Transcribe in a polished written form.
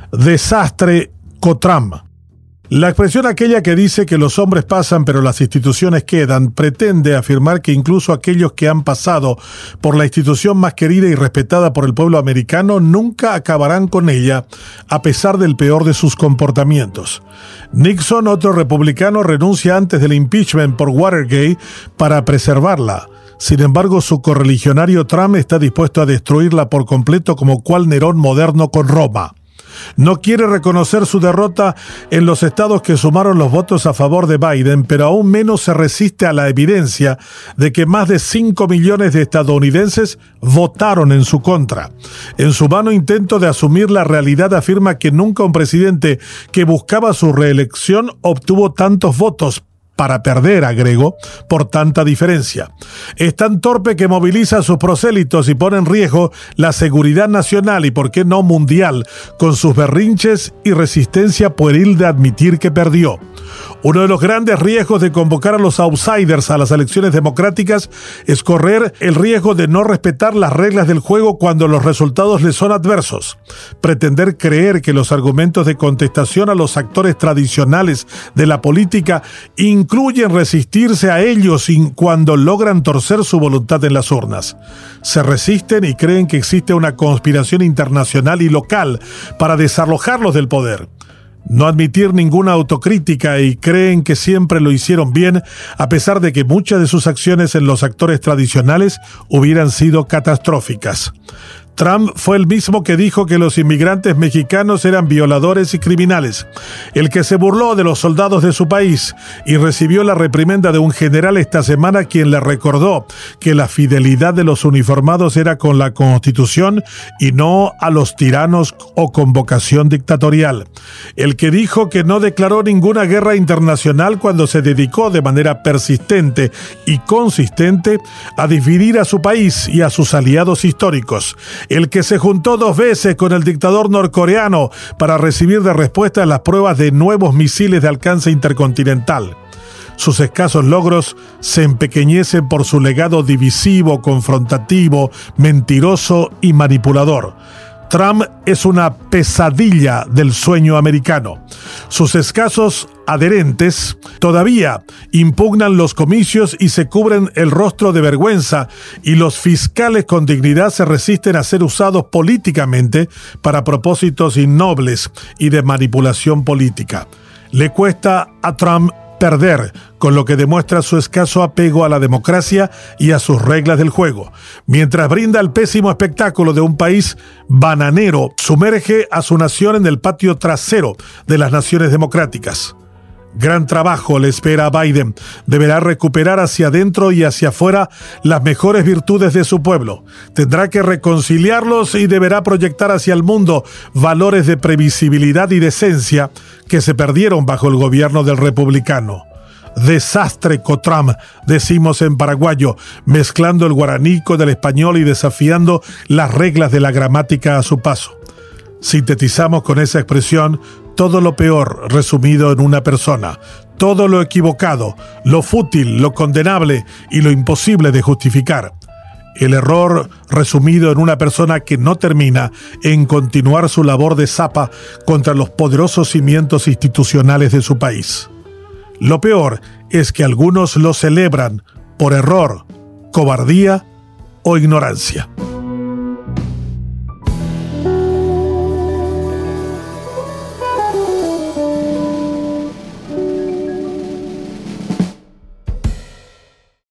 Desastre Cotram. La expresión aquella que dice que los hombres pasan pero las instituciones quedan pretende afirmar que incluso aquellos que han pasado por la institución más querida y respetada por el pueblo americano nunca acabarán con ella, a pesar del peor de sus comportamientos. Nixon, otro republicano, renuncia antes del impeachment por Watergate para preservarla. Sin embargo, su correligionario Trump está dispuesto a destruirla por completo como cual Nerón moderno con Roma. No quiere reconocer su derrota en los estados que sumaron los votos a favor de Biden, pero aún menos se resiste a la evidencia de que más de 5 millones de estadounidenses votaron en su contra. En su vano intento de asumir la realidad afirma que nunca un presidente que buscaba su reelección obtuvo tantos votos para perder, agregó, por tanta diferencia. Es tan torpe que moviliza a sus prosélitos y pone en riesgo la seguridad nacional y, por qué no, mundial, con sus berrinches y resistencia pueril de admitir que perdió. Uno de los grandes riesgos de convocar a los outsiders a las elecciones democráticas es correr el riesgo de no respetar las reglas del juego cuando los resultados les son adversos. Pretender creer que los argumentos de contestación a los actores tradicionales de la política incluyen resistirse a ellos cuando logran torcer su voluntad en las urnas. Se resisten y creen que existe una conspiración internacional y local para desalojarlos del poder. No admitir ninguna autocrítica y creen que siempre lo hicieron bien, a pesar de que muchas de sus acciones en los actores tradicionales hubieran sido catastróficas. Trump fue el mismo que dijo que los inmigrantes mexicanos eran violadores y criminales, el que se burló de los soldados de su país y recibió la reprimenda de un general esta semana, quien le recordó que la fidelidad de los uniformados era con la Constitución y no a los tiranos o con vocación dictatorial, el que dijo que no declaró ninguna guerra internacional cuando se dedicó de manera persistente y consistente a dividir a su país y a sus aliados históricos, el que se juntó 2 veces con el dictador norcoreano para recibir de respuesta las pruebas de nuevos misiles de alcance intercontinental. Sus escasos logros se empequeñecen por su legado divisivo, confrontativo, mentiroso y manipulador. Trump es una pesadilla del sueño americano. Sus escasos adherentes todavía impugnan los comicios y se cubren el rostro de vergüenza, y los fiscales con dignidad se resisten a ser usados políticamente para propósitos innobles y de manipulación política. Le cuesta a Trump perder, con lo que demuestra su escaso apego a la democracia y a sus reglas del juego. Mientras brinda el pésimo espectáculo de un país bananero, sumerge a su nación en el patio trasero de las naciones democráticas. Gran trabajo le espera a Biden. Deberá recuperar hacia adentro y hacia afuera las mejores virtudes de su pueblo. Tendrá que reconciliarlos y deberá proyectar hacia el mundo valores de previsibilidad y decencia que se perdieron bajo el gobierno del republicano. Desastre Cotram, decimos en paraguayo, mezclando el guaraní con el español y desafiando las reglas de la gramática a su paso. Sintetizamos con esa expresión todo lo peor resumido en una persona, todo lo equivocado, lo fútil, lo condenable y lo imposible de justificar. El error resumido en una persona que no termina en continuar su labor de zapa contra los poderosos cimientos institucionales de su país. Lo peor es que algunos lo celebran por error, cobardía o ignorancia.